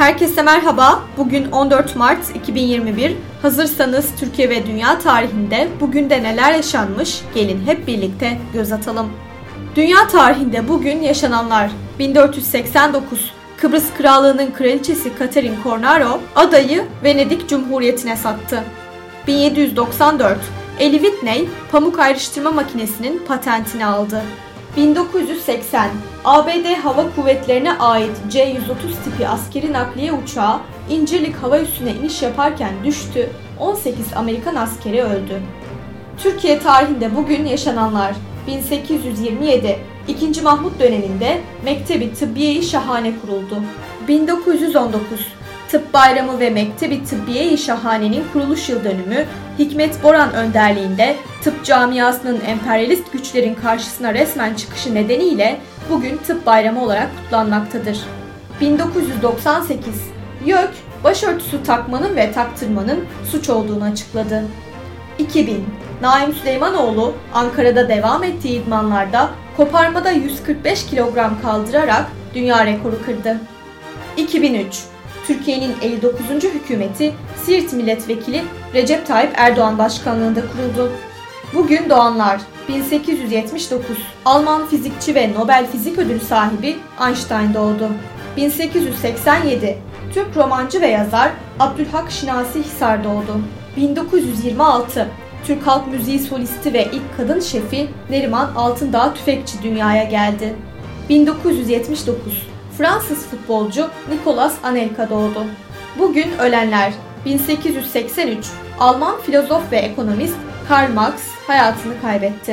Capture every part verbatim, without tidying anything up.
Herkese merhaba. Bugün on dört Mart iki bin yirmi bir. Hazırsanız Türkiye ve dünya tarihinde bugün de neler yaşanmış? Gelin hep birlikte göz atalım. Dünya tarihinde bugün yaşananlar: bin dört yüz seksen dokuz Kıbrıs Krallığı'nın kraliçesi Catherine Cornaro adayı Venedik Cumhuriyeti'ne sattı. bin yedi yüz doksan dört Eli Whitney pamuk ayrıştırma makinesinin patentini aldı. bin dokuz yüz seksen A B D Hava Kuvvetleri'ne ait C yüz otuz tipi askeri nakliye uçağı İncirlik hava üssüne iniş yaparken düştü, on sekiz Amerikan askeri öldü. Türkiye tarihinde bugün yaşananlar: bin sekiz yüz yirmi yedi ikinci. Mahmut döneminde Mektebi Tıbbiye-i Şahane kuruldu. bin dokuz yüz on dokuz Tıp Bayramı ve Mektebi Tıbbiye-i Şahane'nin kuruluş yıl dönümü Hikmet Boran önderliğinde tıp camiasının emperyalist güçlerin karşısına resmen çıkışı nedeniyle bugün Tıp Bayramı olarak kutlanmaktadır. bin dokuz yüz doksan sekiz YÖK, başörtüsü takmanın ve taktırmanın suç olduğunu açıkladı. iki bin Naim Süleymanoğlu, Ankara'da devam ettiği idmanlarda koparmada yüz kırk beş kilogram kaldırarak dünya rekoru kırdı. iki bin üç Türkiye'nin elli dokuzuncu hükümeti Siirt Milletvekili Recep Tayyip Erdoğan başkanlığında kuruldu. Bugün doğanlar: bin sekiz yüz yetmiş dokuz Alman fizikçi ve Nobel Fizik Ödülü sahibi Einstein doğdu. bin sekiz yüz seksen yedi Türk romancı ve yazar Abdülhak Şinasi Hisar doğdu. bin dokuz yüz yirmi altı Türk halk müziği solisti ve ilk kadın şefi Neriman Altındağ Tüfekçi dünyaya geldi. bin dokuz yüz yetmiş dokuz Fransız futbolcu Nicolas Anelka doğdu. Bugün ölenler: bin sekiz yüz seksen üç Alman filozof ve ekonomist Karl Marx hayatını kaybetti.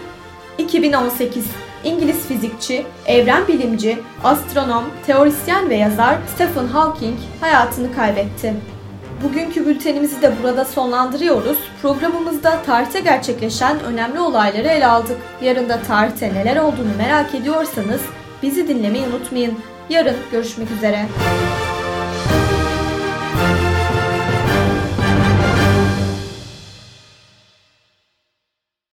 iki bin on sekiz İngiliz fizikçi, evren bilimci, astronom, teorisyen ve yazar Stephen Hawking hayatını kaybetti. Bugünkü bültenimizi de burada sonlandırıyoruz. Programımızda tarihte gerçekleşen önemli olayları ele aldık. Yarın da tarihte neler olduğunu merak ediyorsanız bizi dinlemeyi unutmayın. Yarın görüşmek üzere.